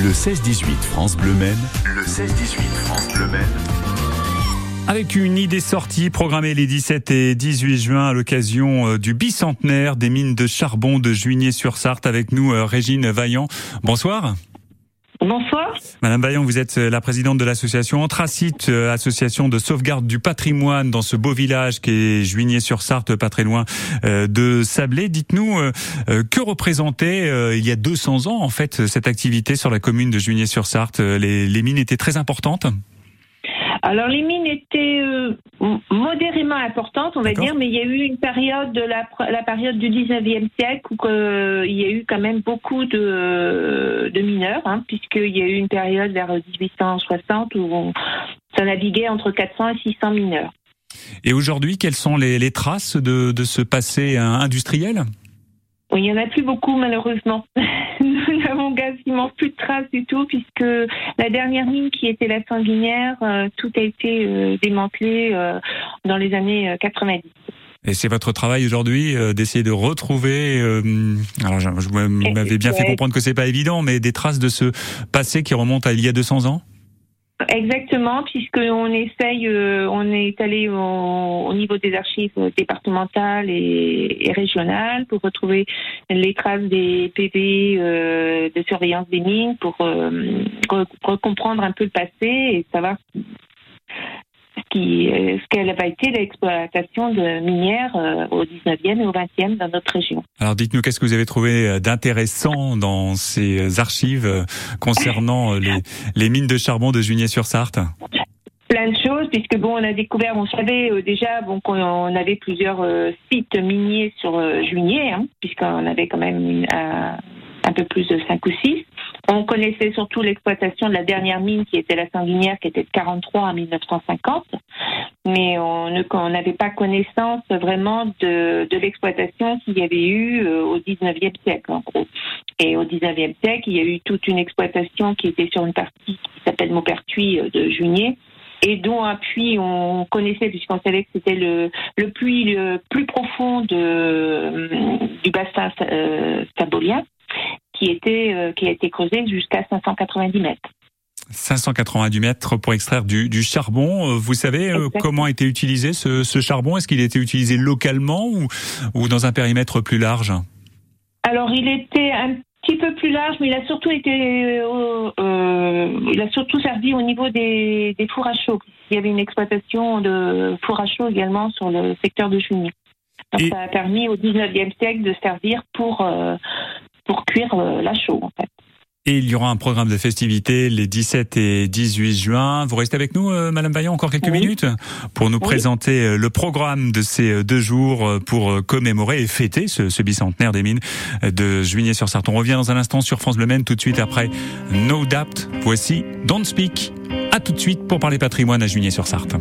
Le 16-18 France Bleu Maine. Le 16-18 France Bleu Maine. Avec une idée sortie programmée les 17 et 18 juin à l'occasion du bicentenaire des mines de charbon de Juigné-sur-Sarthe. Avec nous, Régine Vaillant. Bonsoir. Bonsoir. Madame Vaillant, vous êtes la présidente de l'association Anthracite, association de sauvegarde du patrimoine dans ce beau village qui est Juigné-sur-Sarthe, pas très loin de Sablé. Dites-nous, que représentait il y a 200 ans en fait cette activité sur la commune de Juigné-sur-Sarthe? Les mines étaient très importantes? Alors les mines étaient modérément importantes, on va dire, mais il y a eu une période, la période du 19e siècle, où il y a eu quand même beaucoup de mineurs, puisqu'il y a eu une période vers 1860 où ça naviguait entre 400 et 600 mineurs. Et aujourd'hui, quelles sont les traces de ce passé industriel ? Oui, il n'y en a plus beaucoup, malheureusement. Nous n'avons quasiment plus de traces du tout, puisque la dernière mine qui était la Sanguinière, tout a été démantelé dans les années 90. Et c'est votre travail aujourd'hui d'essayer de retrouver, alors vous m'avez bien fait comprendre que c'est pas évident, mais des traces de ce passé qui remonte à il y a 200 ans ? Exactement, puisqu'on essaye, on est allé au niveau des archives départementales et régionales pour retrouver les traces des PV de surveillance des mines, pour recomprendre un peu le passé et savoir ce qu'elle a été l'exploitation de minières au 19e et au 20e dans notre région. Alors dites-nous, qu'est-ce que vous avez trouvé d'intéressant dans ces archives concernant les mines de charbon de Juigné-sur-Sarthe ? Plein de choses, puisque on a découvert, on savait déjà qu'on avait plusieurs sites miniers sur Juigné, puisqu'on avait quand même un peu plus de 5 ou 6. On connaissait surtout l'exploitation de la dernière mine qui était la Sanguinière, qui était de 43 à 1950, mais on n'avait pas connaissance vraiment de l'exploitation qu'il y avait eu au 19e siècle, en gros. Et au 19e siècle, il y a eu toute une exploitation qui était sur une partie qui s'appelle Maupertuis de Juigné, et dont un puits on connaissait, puisqu'on savait que c'était le puits le plus profond du bassin sabolien, qui a été creusé jusqu'à 590 mètres. 590 mètres pour extraire du charbon. Vous savez comment a été utilisé ce charbon ? Est-ce qu'il a été utilisé localement ou dans un périmètre plus large ? Alors, il était un petit peu plus large, mais il a surtout servi au niveau des fours à chaud. Il y avait une exploitation de fours à chaud également sur le secteur de Juigné. Donc, ça a permis au 19e siècle de servir pour cuire la chaux, en fait. Et il y aura un programme de festivités les 17 et 18 juin. Vous restez avec nous, Madame Vaillant, encore quelques minutes pour nous présenter le programme de ces 2 jours pour commémorer et fêter ce bicentenaire des mines de Juigné-sur-Sarthe. On revient dans un instant sur France Bleu Maine, tout de suite après No Doubt. Voici Don't Speak. À tout de suite pour parler patrimoine à Juigné-sur-Sarthe.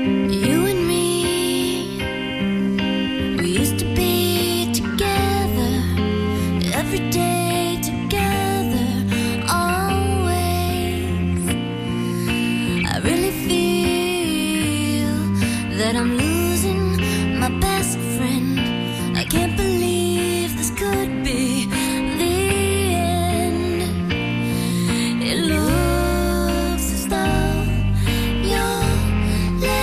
That I'm losing my best friend. I can't believe this could be the end. It looks as though you're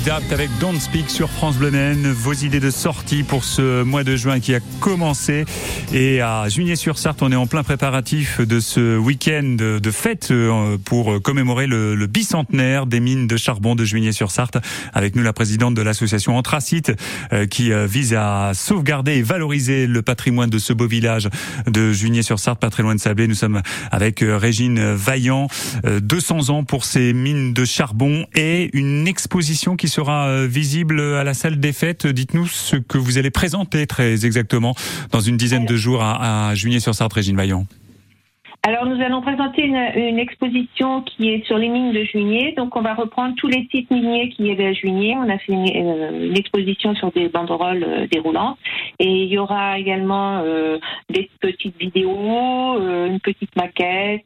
Dapt avec Don't Speak sur France Bleu Maine. Vos idées de sortie pour ce mois de juin qui a commencé. Et à Juigné-sur-Sarthe, on est en plein préparatif de ce week-end de fête pour commémorer le bicentenaire des mines de charbon de Juigné-sur-Sarthe. Avec nous, la présidente de l'association Anthracite qui vise à sauvegarder et valoriser le patrimoine de ce beau village de Juigné-sur-Sarthe, pas très loin de Sablé. Nous sommes avec Régine Vaillant. 200 ans pour ces mines de charbon et une exposition qui sera visible à la salle des fêtes. Dites-nous ce que vous allez présenter très exactement dans une dizaine de jours à Juigné-sur-Sarthe, Régine Vaillant. Alors, nous allons présenter une exposition qui est sur les mines de Juigné. Donc, on va reprendre tous les sites miniers qui y avait à Juigné. On a fait une exposition sur des banderoles déroulantes. Et il y aura également des petites vidéos, une petite maquette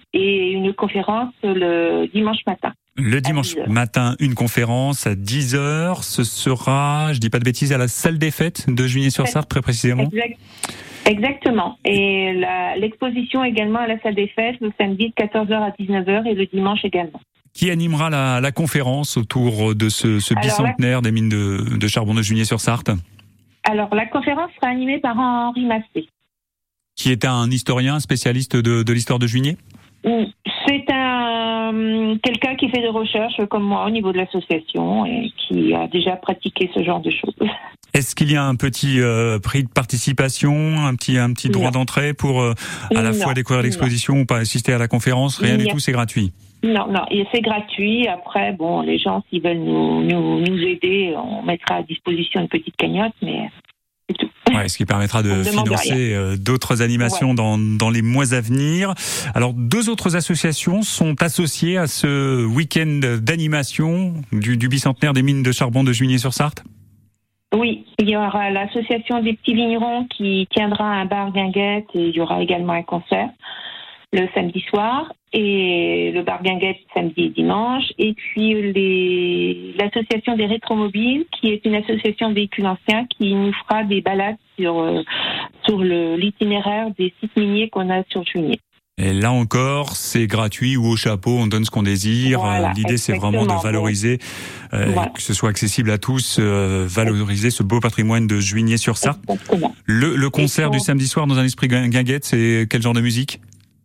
et une conférence le dimanche matin. Le dimanche matin, une conférence à 10h. Ce sera, je dis pas de bêtises, à la salle des fêtes de Juigné-sur-Sarthe, très précisément. Exactement. Et l'exposition également à la salle des fêtes le samedi de 14h à 19h et le dimanche également. Qui animera la conférence autour de ce bicentenaire des mines de charbon de Juigné-sur-Sarthe? Alors, la conférence sera animée par Henri Massé. Qui est un historien spécialiste de l'histoire de Juigné? C'est quelqu'un qui fait des recherches comme moi au niveau de l'association et qui a déjà pratiqué ce genre de choses. Est-ce qu'il y a un petit prix de participation, un petit droit d'entrée pour à la fois découvrir l'exposition ou pas assister à la conférence? Rien du tout, c'est gratuit. Non, c'est gratuit. Après, bon, les gens, s'ils veulent nous aider, on mettra à disposition une petite cagnotte, mais c'est tout. Ouais, ce qui permettra de financer d'autres animations dans les mois à venir. Alors, 2 autres associations sont associées à ce week-end d'animation du bicentenaire des mines de charbon de Juigné-sur-Sarthe? Oui, il y aura l'association des petits vignerons qui tiendra un bar guinguette et il y aura également un concert le samedi soir et le bar guinguette samedi et dimanche. Et puis l'association des rétromobiles qui est une association de véhicules anciens qui nous fera des balades sur l'itinéraire des sites miniers qu'on a sur Juigné. Et là encore, c'est gratuit ou au chapeau, on donne ce qu'on désire. Voilà, l'idée, c'est vraiment de valoriser, que ce soit accessible à tous, valoriser ce beau patrimoine de Juigné-sur-Sarthe. Le concert du samedi soir dans un esprit guinguette, c'est quel genre de musique?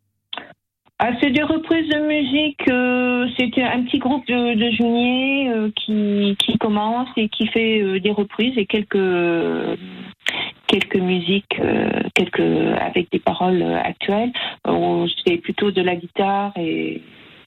C'est des reprises de musique. C'était un petit groupe de Juigné qui commence et qui fait des reprises et quelques musiques, avec des paroles actuelles. C'est plutôt de la guitare et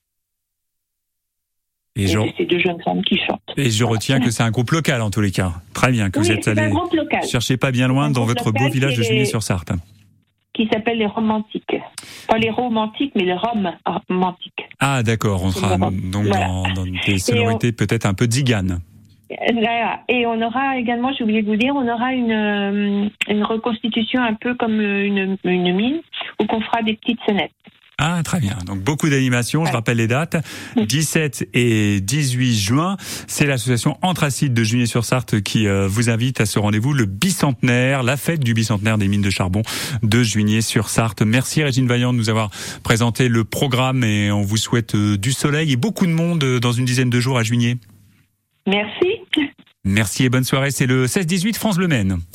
c'est 2 jeunes femmes qui chantent. Et je retiens que c'est un groupe local en tous les cas. Très bien que vous êtes allé. Cherchez pas bien loin dans votre beau village de Juigné-sur-Sarthe. Qui s'appelle les Romantiques. Pas les romantiques, mais les romantiques. Ah d'accord, on sera donc dans des sonorités peut-être un peu ziganes. Et on aura également, j'ai oublié de vous dire, on aura une reconstitution un peu comme une mine, où qu'on fera des petites sonnettes. Ah, très bien. Donc, beaucoup d'animations. Je rappelle les dates. 17 et 18 juin. C'est l'association Anthracite de Juigné-sur-Sarthe qui vous invite à ce rendez-vous, le bicentenaire, la fête du bicentenaire des mines de charbon de Juigné-sur-Sarthe. Merci Régine Vaillant de nous avoir présenté le programme et on vous souhaite du soleil et beaucoup de monde dans une dizaine de jours à Juigné. Merci. Merci et bonne soirée. C'est le 16-18 France Bleu Maine.